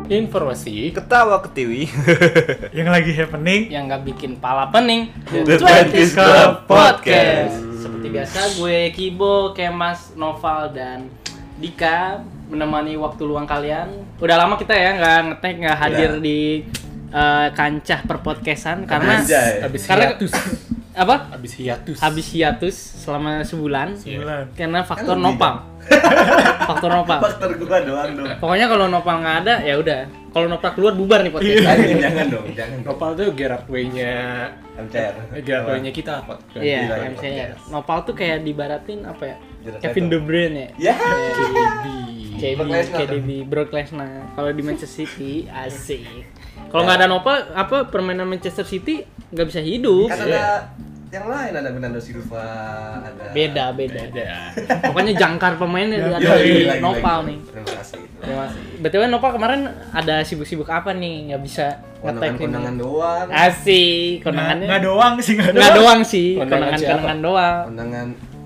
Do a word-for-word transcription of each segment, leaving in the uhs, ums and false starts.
informasi, ketawa ketiwi, yang lagi happening, yang nggak bikin pala pening. The twenties Club Podcast. Seperti biasa gue Kibo, Kemas, Noval dan Dika menemani waktu luang kalian. Udah lama kita ya nggak ngetek, nggak hadir Udah. di uh, kancah perpodcastan karena Anjay. habis karena hiatus, apa? habis hiatus, Habis hiatus selama sebulan sebulan. karena faktor Kan nopal. Faktor nopal. faktor gua doang dong. Pokoknya kalau nopal nggak ada ya udah. Kalau nopal keluar bubar nih podcast. Anjing, jangan dong, jangan. dong. Nopal tuh Gerard Way-nya, M C R. eh, Gerard Way-nya kita apa? Iya, Gila, M C R. podcast. Nopal tuh kayak dibaratin apa ya? Gerard Kevin Leto. De Bruyne ya. Ya. K D B. K D B, Brock Lesnar. K D B, Brock Lesnar. Kalau di Manchester City asik. Kalau nggak ada Nopal, apa permainan Manchester City nggak bisa hidup. Kan ada yang lain, ada Bernardo Silva, ada Beda, beda. Beda. Pokoknya jangkar pemainnya Ya, ada Lagi, di lagi, Nopal lagi. nih. Terima kasih. Terima kasih. B T W Nopal kemarin ada sibuk-sibuk apa nih? Nggak bisa ngetek Kondangan-kondangan ini. doang. Asik, Nggak kondangannya. nggak doang sih, nggak Nggak doang. doang sih, Kondangan kondangan-kondangan doang. Kondangan.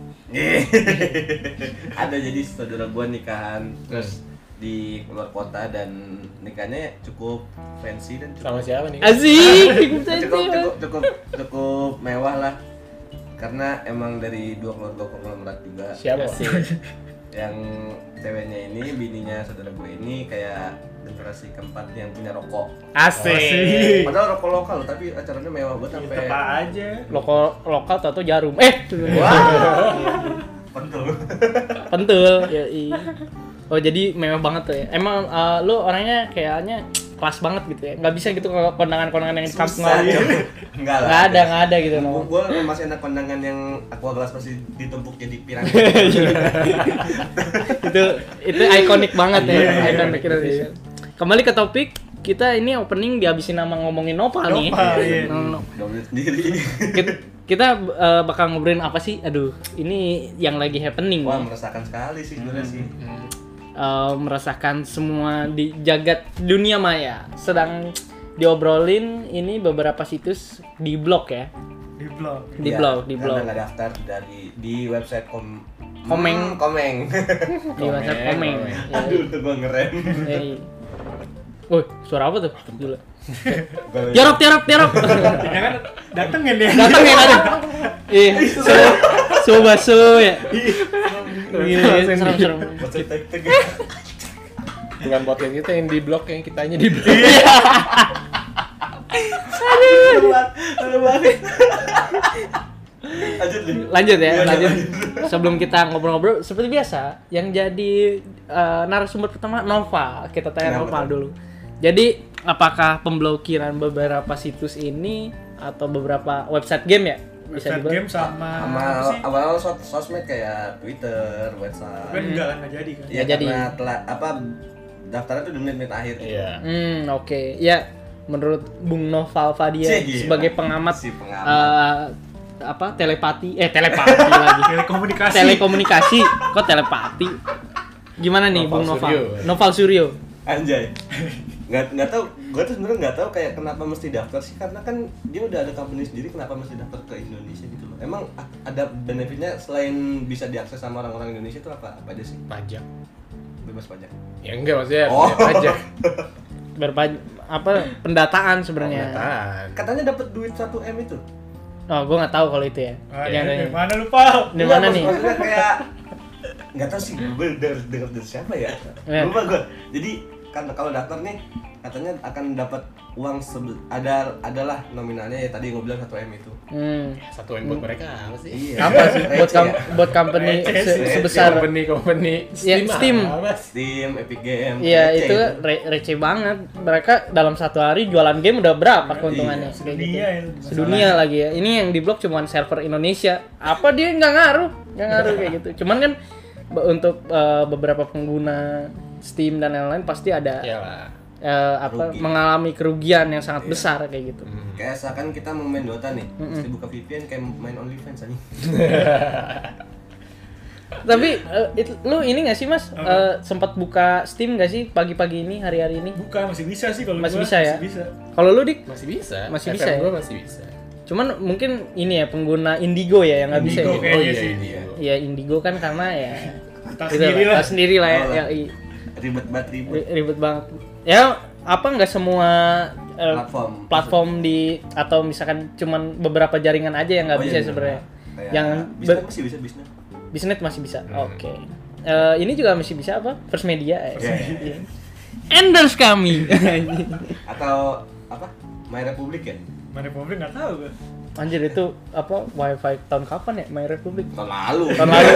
Ada jadi saudara gua nikahan terus di luar kota dan nikahnya cukup fancy dan Sama cukup siapa nih? Asik, cukup cukup cukup cukup mewah lah karena emang dari dua keluarga konglomerat juga. Siapa? Asik. Yang ceweknya ini bininya saudara gue ini kayak generasi keempat yang punya rokok. Asik. Padahal rokok lokal tapi acaranya mewah banget sampai Apa aja. Lokal lokal atau jarum. Eh, wah. Pentul. pentul. Ya, iya. Oh, jadi mewah banget tuh ya. Emang uh, lu orangnya kayaknya kelas banget gitu ya. Nggak bisa gitu kalau kondangan-kondangan yang di kampung Susah, gitu. Cok. Enggak lah. Nggak ada, nggak ada gitu. Gue No. gue masih enak kondangan yang aqua gelas masih ditumpuk jadi pirang. itu itu ikonik banget ya, Iya, iya, ikonik iya. Indonesia. Kembali ke topik, kita ini opening dihabisin nama ngomongin Nopal nih. Nopal, iya. No, no. Download sendiri. Kita, kita uh, bakal ngobrolin apa sih? Aduh, ini yang lagi happening. Wah, nih. merasakan sekali sih sebenarnya sih. Uh, merasakan semua di jagat dunia maya sedang diobrolin ini beberapa situs di blog ya. Di blog. Di Iya, blog, di karena blog. nggak daftar dari di website kom Komeng. Hmm, komeng. Di WhatsApp komeng. Komeng. Ya, Aduh, itu gua ngerem. ya, iya. Woi, suara apa tuh? Gila. Gua- Tiarap, tiarap, tiarap. Jangan datengin ya. Datang ya tadi. Ih, so, so baso ya. Gila, serem, serem. Baca tek-tek. Bukan podcast kita yang di blog, yang kitanya di blog. Aduh, aduh banget. Lanjut nih. Lanjut ya, Iya, lanjut. lanjut. Sebelum kita ngobrol-ngobrol, seperti biasa, yang jadi uh, narasumber pertama Nova. Kita tanya Kenapa Nova tuh? dulu. Jadi, apakah pemblokiran beberapa situs ini atau beberapa website game ya? Bisa Website dibilang? game sama Sama apa sih? awal-awal sos- sosmed kayak Twitter, WhatsApp. Kan enggak kan enggak jadi kan. Iya, Nggak jadi. karena telah apa daftarnya tuh di menit-menit akhir. Iya. Hmm, oke. Ya, menurut Bung Noval Fadia Cih, gila. sebagai pengamat Si pengamat. eh, apa telepati eh telepati lagi Telekomunikasi. telekomunikasi kok telepati gimana nih Noval Bung Noval Suryo. Noval Suryo Anjay. Nggak nggak tahu, gue tuh sebenarnya nggak tahu kayak kenapa mesti daftar sih, karena kan dia udah ada company sendiri, kenapa mesti daftar ke Indonesia gitu loh. Emang a- ada benefitnya selain bisa diakses sama orang-orang Indonesia itu apa apa aja sih? Pajak. Bebas pajak. Ya enggak maksudnya Oh. punya pajak. berpaj apa pendataan sebenarnya Pendataan. Katanya dapat duit satu M itu. oh gue nggak tahu kalau itu ya Ah, yang ya, dari di mana lu, Pal? di Iya, mana maksud- nih Maksudnya kayak nggak tahu sih, gue dengar dengar dari siapa ya? Ya. Lupa gue. Jadi kan kalau daftar nih katanya akan dapat uang sebe- ada adalah nominalnya ya tadi yang gue bilang satu M itu. hmm. Satu yang buat mereka apa sih? Iya. apa sih buat Receh kam- ya? buat company Receh se- sih. sebesar company company Ya, Steam. apa? Steam, Epic Game. Iya receh itu re- receh banget. Mereka dalam satu hari jualan game udah berapa keuntungannya? Iya, Kayak Sedunia ya. gitu. Sedunia lagi ya. Ini yang di blok cuman server Indonesia. Apa dia nggak ngaruh? Nggak ngaruh kayak gitu. Cuman kan be- untuk uh, beberapa pengguna Steam dan lain-lain pasti ada Iyalah. uh, apa Rugi. mengalami kerugian yang sangat Iya. besar kayak gitu. Hmm. Kayak seakan kita mau main Dota nih, mesti buka V P N kayak main OnlyFans aja. Tapi uh, it- lu ini nggak sih Mas uh, sempat buka Steam nggak sih pagi-pagi ini hari-hari ini? Bukan, masih bisa sih kalau Masih gua, bisa ya? Masih bisa. Kalau lu Dik? Masih bisa. Masih F M bisa ya? gua masih bisa. Cuman mungkin ini ya pengguna Indigo ya yang nggak bisa Indigo ya. kayaknya Oh iya sih. ini. Ya Indigo kan karena ya Tas gitu sendiri lah, lah. tas sendiri lah ya, Oh, ya i- Ribet banget ribet. ri- ribet banget. Ya apa nggak semua eh, Platform. platform di atau misalkan cuman beberapa jaringan aja yang nggak Oh, bisa iya, sebenarnya. Kayak Yang bisnet be- masih bisa bisnis. Bisnet masih bisa. Hmm. Oke. Eh, ini juga masih bisa apa? First Media. eh. Iya. Iya. Endorse kami. Atau apa? My Republic ya? My Republic nggak tahu gue. Anjir itu apa wifi tahun kapan ya My Republic? Tahun lalu. Tahun lalu.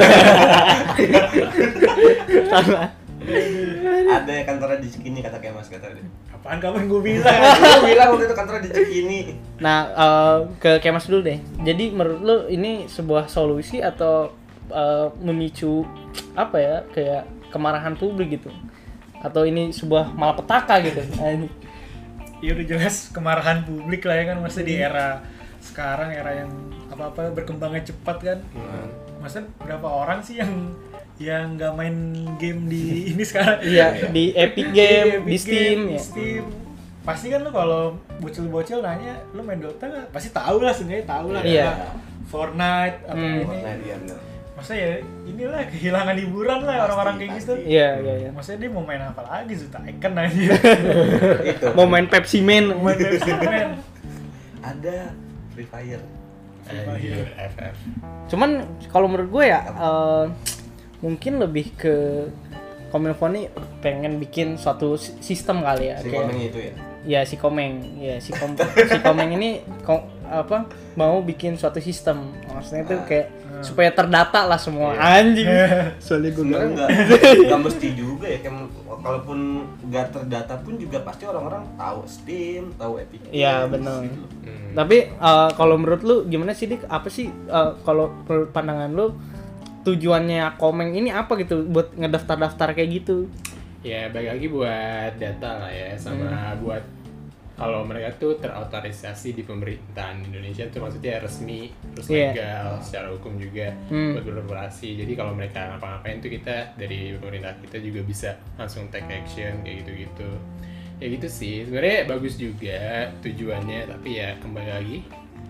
Tahun lalu. Ada kantornya di Cikini kata Kemas kata dia. Apaan kamu yang gue bilang? Gue bilang waktu itu kantornya di Cikini. Nah, eh, ke Kemas dulu deh. Jadi menurut lo ini sebuah solusi atau eh, memicu apa ya kayak kemarahan publik gitu? Atau ini sebuah malapetaka gitu? Anjing. Ya udah jelas kemarahan publik lah ya kan, masa di era sekarang, era yang apa-apa berkembangnya cepat kan. Masa berapa orang sih yang yang nggak main game di ini sekarang? Iya, di Epic Game, di Steam di ya. Steam. Pasti kan lo kalau bocil-bocil nanya, lo main Dota nggak? Pasti tahu lah, seenggaknya tahu lah. Iya. Kayak Fortnite atau Hmm. ini. Fortnite dia bener. Masa ya inilah kehilangan hiburan lah Pasti, orang-orang kayak gitu. pasti. Iya, iya, iya. Maksudnya dia mau main apa lagi? Zuta Icon aja. Itu. Mau main Pepsi Man. Mau main Pepsi Man. Ada Free Fire. Anjir, F F. Cuman kalau menurut gue ya eh, mungkin lebih ke Kominfo nih pengen bikin suatu si- sistem kali ya Si kayak komeng itu ya. ya si Komeng ya si Kom si Komeng ini ko- apa mau bikin suatu sistem maksudnya itu kayak supaya terdata lah semua anjing soalnya gue Sebenarnya nggak nggak mesti juga ya. Kayak kalaupun nggak terdata pun juga pasti orang-orang tahu Steam, tahu Epic Games. Iya, benar. gitu. Hmm. tapi eh, kalau menurut lu gimana sih Dik apa sih eh, kalau menurut pandangan lu tujuannya Komeng ini apa gitu buat ngedaftar-daftar kayak gitu. Ya balik lagi buat data lah ya sama Hmm. buat kalau mereka tuh terotorisasi di pemerintahan Indonesia tuh maksudnya resmi terus Iya. legal secara hukum juga Hmm. buat beroperasi. Jadi kalau mereka ngapa-ngapain tuh kita dari pemerintah kita juga bisa langsung take action kayak gitu-gitu. Ya gitu sih. Sebenarnya bagus juga tujuannya tapi ya kembali lagi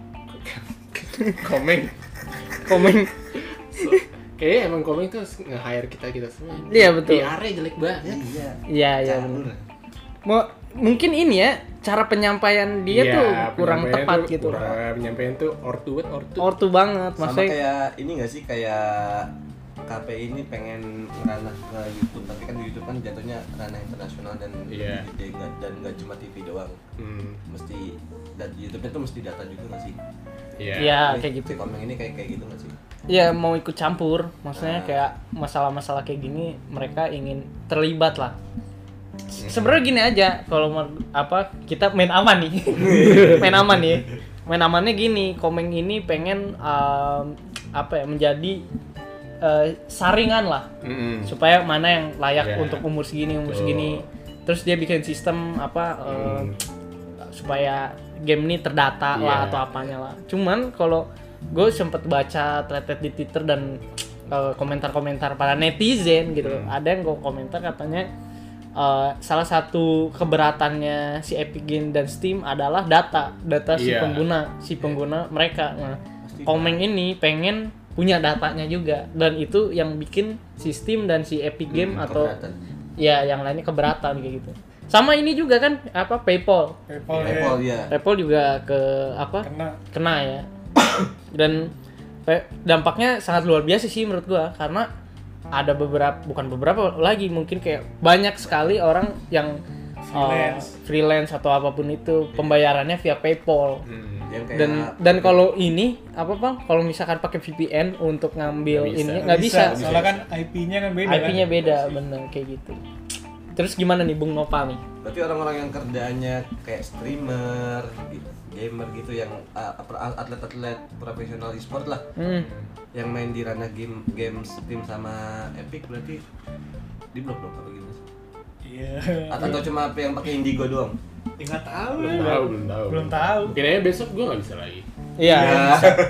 Komeng. Komeng So, kayaknya emang Komeng tuh nge-hire kita kita semua. Iya, betul. P R-nya jelek banget. Iya. iya iya Caur. bener. Mau mungkin ini ya cara penyampaian dia Iya, tuh kurang penyampaian tepat tuh gitu. kurang- penyampaian tuh ortu banget ortu. Ortu banget Sama maksudnya. kayak ini nggak sih kayak K P I ini pengen ngeranah ke YouTube, tapi kan di YouTube kan jatuhnya ranah internasional dan Iya. gede, nggak- dan nggak cuma T V doang. Hmm, Mesti dan YouTube-nya tuh mesti data juga nggak sih? iya. Iya Ini kayak gitu. Si Komeng ini kayak kayak gitu nggak sih? Ya mau ikut campur, maksudnya Nah. kayak masalah-masalah kayak gini mereka ingin terlibat lah. Se- Sebenarnya gini aja, kalau mau- apa kita main aman nih, main aman nih, main amannya gini, Komeng ini pengen um, apa ya menjadi uh, saringan lah, Mm-mm. supaya mana yang layak Ya. untuk umur segini, umur Betul. segini. Terus dia bikin sistem apa uh, Hmm. supaya game ini terdata lah Iya. atau apanya lah. Cuman kalau gue sempet baca thread di Twitter dan uh, komentar-komentar para netizen gitu, Hmm. ada yang gue komentar katanya uh, salah satu keberatannya si Epic Games dan Steam adalah data, data si Iya. pengguna, si pengguna mereka. Nah, Pasti. Komeng ini pengen punya datanya juga dan itu yang bikin si Steam dan si Epic Game Hmm, atau keberatan. ya yang lainnya keberatan kayak gitu. Sama ini juga kan apa PayPal. PayPal ya. Apple ya. PayPal juga ke apa? Kena. Kena ya. Dan pe- dampaknya sangat luar biasa sih menurut gua karena ada beberapa bukan beberapa lagi mungkin kayak banyak sekali orang yang uh, Freelance. freelance atau apapun itu pembayarannya via PayPal. Mm. Yang kayak Dan dan kalau ini apa Bang? Kalau misalkan pakai V P N untuk ngambil Nggak bisa. ini nggak bisa. Soalnya kan I P-nya kan beda. I P-nya kan? beda bener kayak gitu. Terus gimana nih Bung Nopal nih? berarti orang-orang yang kerjaannya kayak streamer, gamer gitu yang uh, atlet-atlet profesional e-sport lah, Hmm. yang main di ranah game game Steam sama Epic berarti di blok dong apa gitu sih? Iya. Atau atau cuma yang pakai Indigo doang? Ya, nggak tahu. Belum ya. tahu, belum tahu. Belum tahu. Mungkin aja besok gue nggak bisa lagi. Iya. Ya.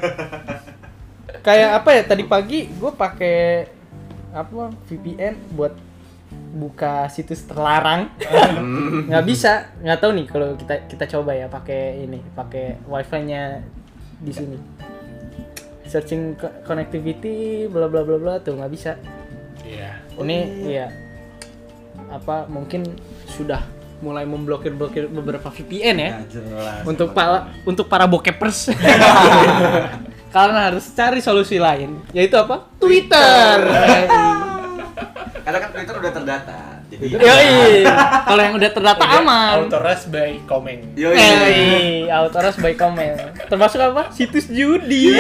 Kayak apa ya tadi pagi gue pakai apa V P N buat buka situs terlarang. Nggak bisa, nggak tahu nih kalau kita kita coba ya pakai ini, pakai wifi-nya di sini. Searching co- connectivity bla bla bla bla tuh nggak bisa. Iya. Oh, Ini iya. iya. Apa mungkin sudah mulai memblokir-blokir beberapa V P N ya. Nggak jelas. Untuk para untuk para bokepers. Karena harus cari solusi lain, yaitu apa? Twitter. Karena kan Twitter udah terdata. Jadi Yoi. Kalau yang udah terdata aman. Autores by Komeng. Yoi. Eh, autores by comment. Termasuk apa? Situs judi.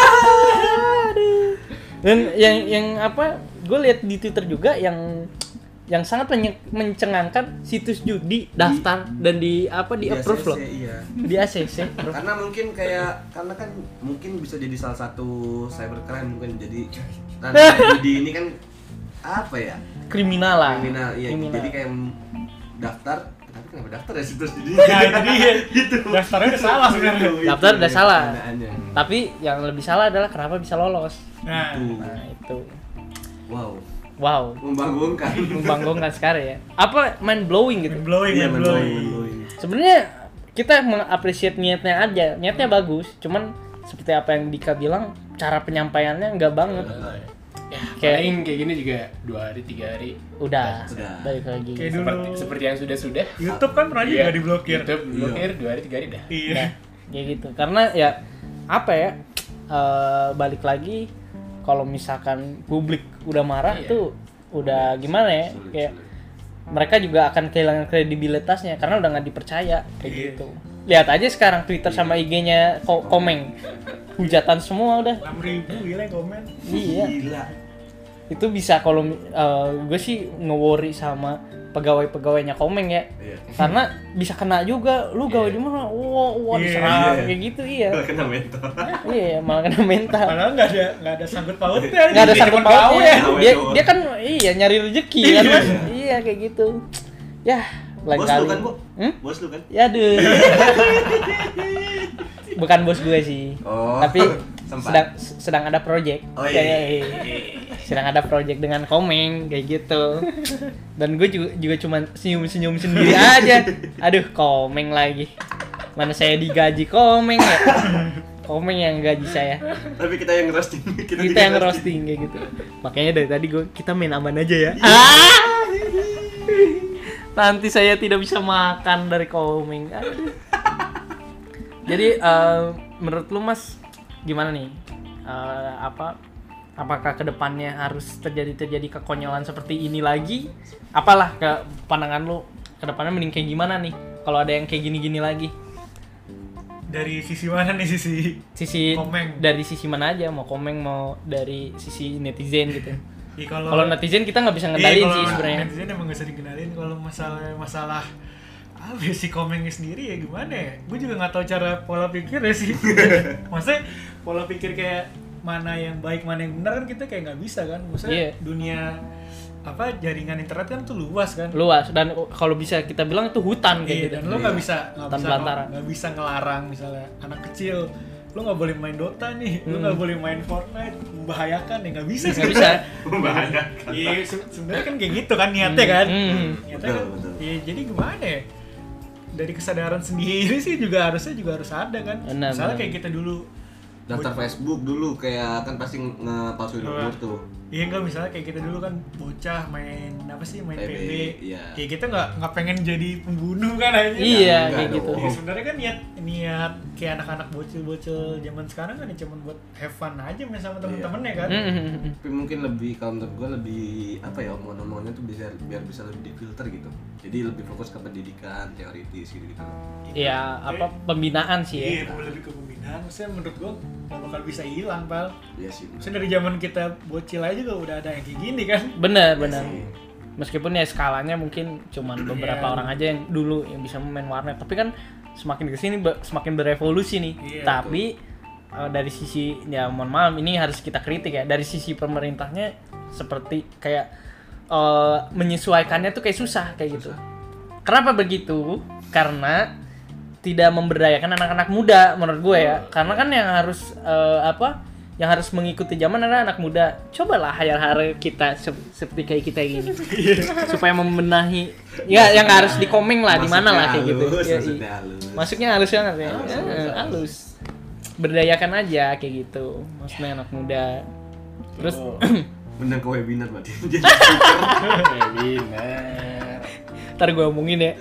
Aduh. Dan yang yang apa? Gue lihat di Twitter juga yang yang sangat menye- mencengangkan situs judi daftar dan di apa di Di approve A C C, loh. Iya. Di A C C. Bro. Karena mungkin kayak karena kan mungkin bisa jadi salah satu cybercrime mungkin jadi ranah judi ini kan apa ya? Kriminal lah. Kriminal, iya. Kriminal. Jadi kayak daftar, tapi kenapa daftar ya situs judi? Ya itu dia. Gitu. Daftarnya udah salah sebenarnya. Daftar udah salah. Pendaannya. Tapi yang lebih salah adalah kenapa bisa lolos. Nah, Tuh. Nah, itu. Wow, Wow. membanggakan. Membanggakan sekali ya. Apa mind blowing gitu. mind blowing, Iya, mind blowing. blowing. Sebenarnya kita mengapresiasi niatnya aja. Niatnya bagus, cuman seperti apa yang Dika bilang, cara penyampaiannya enggak banget. Ya, Kayak- paling kayak gini juga dua hari tiga hari. Udah, Udah. balik lagi. Kayak dulu. Seperti seperti yang sudah sudah. YouTube kan pernah juga diblokir. YouTube blokir dua hari tiga hari dah. Iya. Nah, kayak gitu. Karena ya apa ya? eh, balik lagi kalau misalkan publik udah marah Iya. tuh udah gimana ya? Sulit, Kayak sulit. mereka juga akan kehilangan kredibilitasnya karena udah nggak dipercaya kayak Iya. gitu. Lihat aja sekarang Twitter sama I G-nya ko- Komeng. Hujatan semua udah. enam ribu gila yang komen. Iya. Gila. Itu bisa kalau gue sih nge-worry sama pegawai-pegawainya Komeng ya. Iya. Karena bisa kena juga, lu gawe di mana? Wah, wah Iya, diserang iya. kayak gitu iya. Malah kena mental. Iya, malah kena mental. Padahal nggak ada nggak ada sangkut pautnya. Nggak ada Jadi sangkut cuma gawe pautnya. ya. Gawe Dia doang. dia kan iya nyari rezeki kan Mas. Iya kayak gitu. Ya, lain Bos kali. lu kan, Bu? Hmm? Bos lu kan? Ya deh. Bukan bos gue sih. Oh. Tapi Sempat. sedang sedang ada project. Oh, iya. Kayak- sedang ada project dengan Komeng kayak gitu. Dan gue juga juga cuma senyum-senyum sendiri aja. Aduh, Komeng lagi. Mana saya digaji Komeng ya? Komeng yang gaji saya. Tapi kita yang roasting. Kita juga yang roasting kayak gitu. Makanya dari tadi gue kita main aman aja ya. Ah! Nanti saya tidak bisa makan dari Komeng. Aduh. Jadi eh, menurut lu Mas gimana nih? Eh, apa apakah kedepannya harus terjadi terjadi kekonyolan seperti ini lagi? Apalah ke pandangan lu kedepannya mending kayak gimana nih? Kalau ada yang kayak gini-gini lagi? Dari sisi mana nih sisi? Sisi Komeng. dari sisi mana aja? Mau Komeng mau dari sisi netizen gitu? Ya, kalau Kalau netizen kita nggak bisa Iya, ngendalin kalau sih sebenarnya. netizen emang gak bisa dikenalin. Kalau masalah masalah apa ya, si Komeng sendiri ya gimana ya? Gue juga nggak tahu cara pola pikirnya sih. Maksudnya pola pikir kayak mana yang baik mana yang benar kan kita kayak nggak bisa kan. Maksudnya Iya. dunia apa jaringan internet kan tuh luas kan. Luas dan kalau bisa kita bilang itu hutan kayak Iya, gitu. dan lo nggak bisa nggak Hutan bisa belantara. nggak bisa ngelarang misalnya anak kecil lo nggak boleh main Dota nih, lo Hmm. nggak boleh main Fortnite, membahayakan ya nggak bisa. Nggak bisa. Membahayakan. Iya, se- sebenarnya kan kayak gitu kan niatnya kan. Hmm. Niatnya kan. Betul, betul. Iya, jadi gimana ya? Dari kesadaran sendiri sih juga harusnya juga harus ada kan. Benar, Misalnya benar. kayak kita dulu Daftar Facebook dulu kayak kan pasti ngepalsuin Iya. umur tuh. Iya enggak, misalnya kayak kita dulu kan bocah main apa sih main P B, P B, iya. kayak kita nggak nggak pengen jadi pembunuh kan akhirnya. Iya, Enggak kayak dong. gitu. Ya, sebenarnya kan niat niat kayak anak-anak bocil-bocil zaman sekarang kan ya cuma buat have fun aja main sama temen-temennya kan. Hmm. Tapi mungkin lebih kalau menurut gue lebih apa ya omongan-omongannya tuh bisa biar bisa lebih difilter gitu. Jadi lebih fokus ke pendidikan teoritis gitu gitu. Ya apa pembinaan sih Iya, ya. lebih ke pembinaan. Maksudnya menurut gua nggak bakal bisa hilang, Pal. Iya sih. Maksudnya dari zaman kita bocil aja juga udah ada yang kayak gini kan. Bener bener. sih. Meskipun ya skalanya mungkin cuman beberapa Iya. orang aja yang dulu yang bisa main warnet, tapi kan semakin kesini be- semakin berevolusi nih. Iya, Tapi eh, dari sisi ya mohon maaf ini harus kita kritik ya. Dari sisi pemerintahnya seperti kayak eh, menyesuaikannya tuh kayak susah kayak gitu. Kenapa begitu? Karena tidak memberdayakan anak-anak muda menurut gue ya. Karena kan yang harus eh, apa? Yang harus mengikuti zaman adalah anak muda. Cobalah hire-hire kita se- seperti kayak kita gini. Supaya membenahi ya yang harus di Komeng lah, di mana lah kayak gitu. Halus, Ya, maksudnya i- halus. Masuknya halus banget ya. Halus, Ya, halus, halus. Berdayakan aja kayak gitu. Maksudnya anak muda. Terus Oh. Bener ke webinar berarti. Jadi Webinar. Ntar gue omongin ya.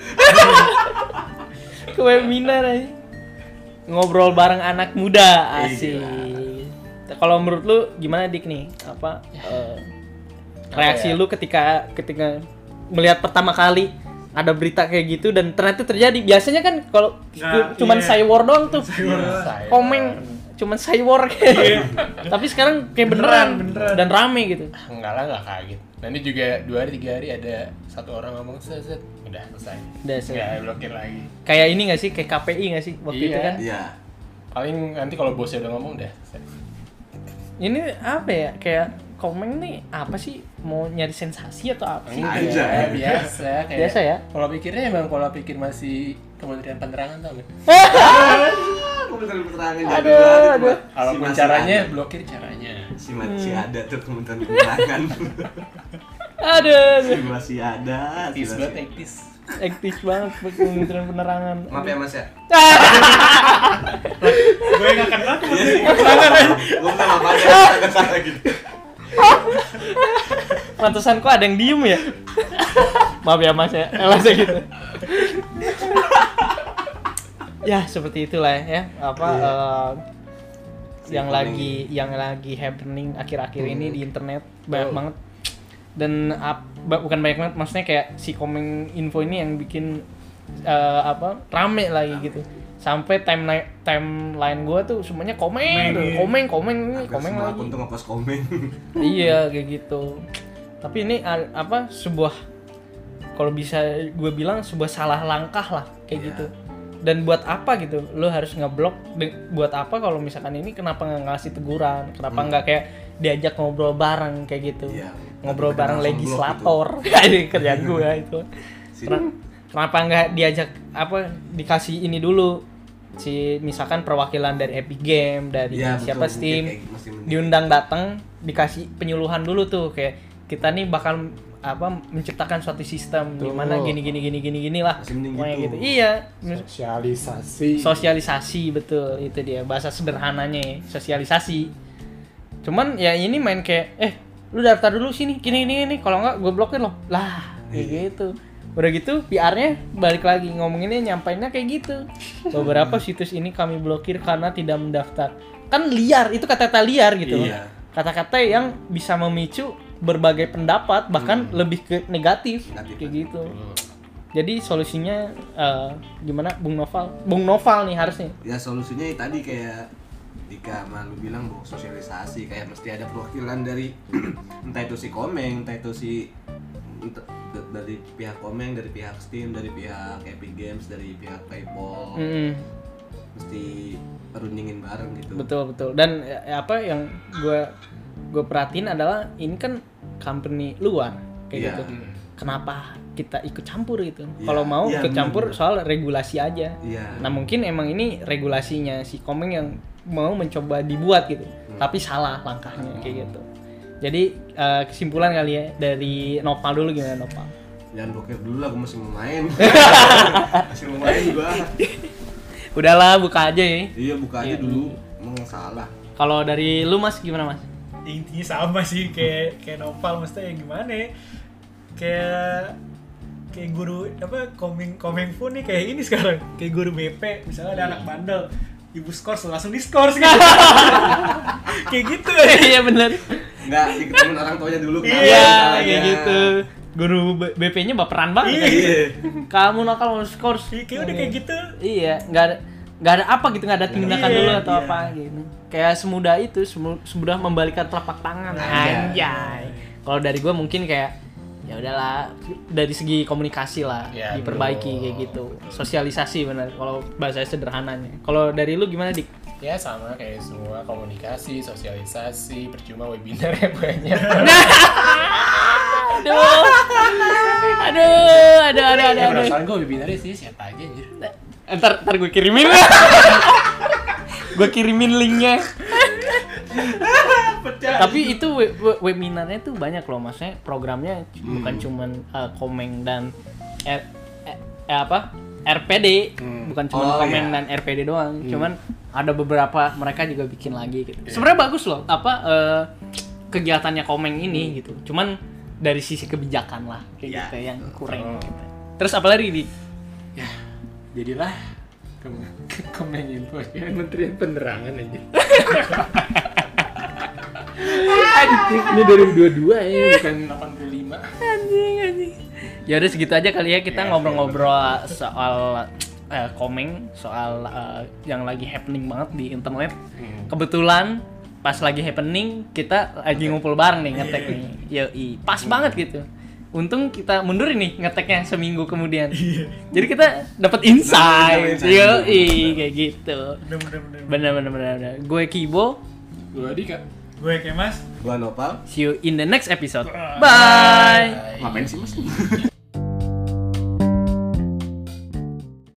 Ke webinar aja. Ngobrol bareng anak muda, asik. Kalau menurut lu gimana Dik nih? Apa uh, reaksi ya? lu ketika ketika melihat pertama kali ada berita kayak gitu dan ternyata terjadi. Biasanya kan kalau Nah, cuman iya. saywar doang tuh. Saya- Komeng cuman saywar kayak. Tapi sekarang kayak beneran, Beneran, beneran. dan rame gitu. Enggak lah, enggak kaget. Nanti juga dua hari tiga hari ada satu orang ngomong set set udah selesai. Udah selesai. Enggak blokir lagi. Kayak ini nggak sih, kayak K P I nggak sih waktu Iya. itu kan? Iya. Paling nanti kalau bosnya udah ngomong udah selesai. Ini apa ya, kayak Komeng nih apa sih, mau nyari sensasi atau apa sih? Enggak. Enggak, Aja. biasa kayak. Biasa ya? Kalau pikirnya emang kalau pikir masih Kementerian Penerangan tau nggak? Kementerian Penerangan Aduh, jadi banget, aduh. Pak. Kalau Si pun masih caranya ada. blokir caranya. si masih ada tuh Kementerian Penerangan. Aduh, si aduh. masih ada. si Tis masih- banget, ektis. Aktif banget Kementerian Penerangan. Maaf ya Mas ya. Gue nggak kenal tuh. Iya sih. Gue minta maaf aja agak salah gitu. Pantesan kok ada yang diem ya? Maaf ya Mas ya, langsung gitu. Ya seperti itulah ya, apa Iya. eh, Si yang Komeng lagi yang lagi happening akhir-akhir ini Hmm. di internet banyak Oh. banget. Dan ap- ba- bukan banyak banget, maksudnya kayak si Komeng Info ini yang bikin eh, apa rame lagi gitu. Sampai timeline timeline gue tuh semuanya komeng, Komeng, tuh. iya. komeng, komeng, ini Hampir komeng semua lagi. akun tuh ngepost komen. Iya kayak gitu. Tapi ini a- apa sebuah, kalau bisa gue bilang sebuah salah langkah lah kayak Iya. gitu. Dan buat apa gitu lo harus ngeblok, de- buat apa kalau misalkan ini, kenapa nggak ngasih teguran, kenapa Hmm. nggak kayak diajak ngobrol bareng kayak gitu. Iya. Ngobrol Tapi bareng langsung blok legislator. Ini kerjaan gue itu. Si- Ken- Kenapa nggak diajak apa, dikasih ini dulu, si misalkan perwakilan dari Epic Game, dari Iya, siapa betul. Steam, Mungkin kayak- masih mending. diundang datang, dikasih penyuluhan dulu tuh, kayak kita nih bakal apa menciptakan suatu sistem di Tuh. mana gini gini gini gini gini lah. Masih mending Pokoknya gitu. Iya. Sosialisasi. Sosialisasi, betul, itu dia bahasa sederhananya ya, sosialisasi. Cuman ya ini main kayak eh lu daftar dulu sini gini gini gini, kalau enggak gue blokir loh. Lah, kayak Iya. gitu. Udah gitu P R-nya balik lagi ngomonginnya, nyampainnya kayak gitu. Beberapa situs ini kami blokir karena tidak mendaftar. Kan liar, itu kata-kata liar gitu loh. Iya. Kata-kata yang bisa memicu berbagai pendapat, bahkan Hmm. lebih ke negatif, Negatif. kayak gitu. Hmm. Jadi solusinya eh, gimana Bung Noval? Bung Noval nih harusnya. Ya solusinya ya tadi kayak Dika sama lu bilang bahwa sosialisasi, kayak mesti ada perwakilan dari entah itu si Komeng, entah itu si entah- d- dari pihak Komeng, dari pihak Steam, dari pihak Epic Games, dari pihak PayPal. Mm-mm. Mesti rundingin bareng gitu. Betul betul. Dan ya, apa yang gue gue perhatiin adalah ini kan company luar kayak Iya. gitu. Hmm. Kenapa kita ikut campur gitu? Iya, Kalau mau iya, ikut campur bener-bener. soal regulasi aja. Iya. Nah mungkin emang ini regulasinya si Komeng yang mau mencoba dibuat gitu, Hmm. tapi salah langkahnya kayak gitu. Jadi eh, kesimpulan kali ya dari Nopal dulu, gimana Nopal? Jangan blokir dulu lah, gue masih mau main. masih mau main gua. Udahlah buka aja ya. Iya, buka aja Iya. dulu. Emang salah. Kalau dari lu Mas gimana Mas? Intinya sama sih kayak kayak Nopal, maksudnya ya gimana ya? Kayak kayak guru apa komeng komengfu nih kayak ini sekarang, kayak guru B P misalnya ada anak bandel, ibu skors langsung diskors gitu. Kayak gitu ya. Iya bener. Enggak diketemuin orang tuanya dulu. kenapa Iya salahnya. kayak gitu. Guru B- BP-nya baperan banget. Iya. kayak gitu. Iya. Kamu nakal mau skors. Iya, kayak udah kayak gitu. Iya, nggak ada nggak ada apa gitu, nggak ada tindakan Iya, dulu atau iya. apa gitu. Kayak semudah itu, semu- semudah membalikan telapak tangan. Anjay. Anjay. Kalau dari gue mungkin kayak ya udahlah, dari segi komunikasi lah Ya, diperbaiki betul. kayak gitu. Sosialisasi benar kalau bahasa sederhananya. Kalau dari lu gimana Dik? Ya sama kayak semua, komunikasi, sosialisasi, percuma webinar ya banyak. Aduh. Aduh, aduh, aduh, Ya aduh. aduh. perasaan gue webinarnya sih siapa aja anjir. Ntar, ntar gue kirimin. Gue kirimin linknya. Tapi itu we- we- webinarnya tuh banyak loh, maksudnya programnya c- Hmm. bukan cuman uh, Komeng dan R, eh, eh, apa R P D, Hmm. bukan cuman Oh, Komeng iya. dan R P D doang, cuman ada beberapa mereka juga bikin lagi gitu. Sebenarnya bagus loh, apa eh, kegiatannya Komeng ini gitu. Cuman dari sisi kebijakan lah kayak Iya. gitu yang kurang Oh. gitu. Terus apa lagi di? Ya, jadilah Kem- Kemen Info ya, Kementerian Penerangan aja. Anjing, ini dua ribu dua puluh dua ya, bukan delapan puluh lima. Anjing anjing. Ya udah segitu aja kali ya kita Ya, ngobrol-ngobrol soal eh, komeng, soal eh, yang lagi happening banget di internet. Hmm. Kebetulan pas lagi happening kita lagi ngumpul bareng nih ngetek nih. Yoi, pas banget gitu. Untung kita mundur nih ngeteknya seminggu kemudian. Jadi kita dapat insight. Dapat insight. Yoi, kayak gitu. Bener-bener. Bener-bener bener. Gue Kibo. Gue Dika. Gue Kemas. Gua Nopal. See you in the next episode. Bye. Ngapain sih mas?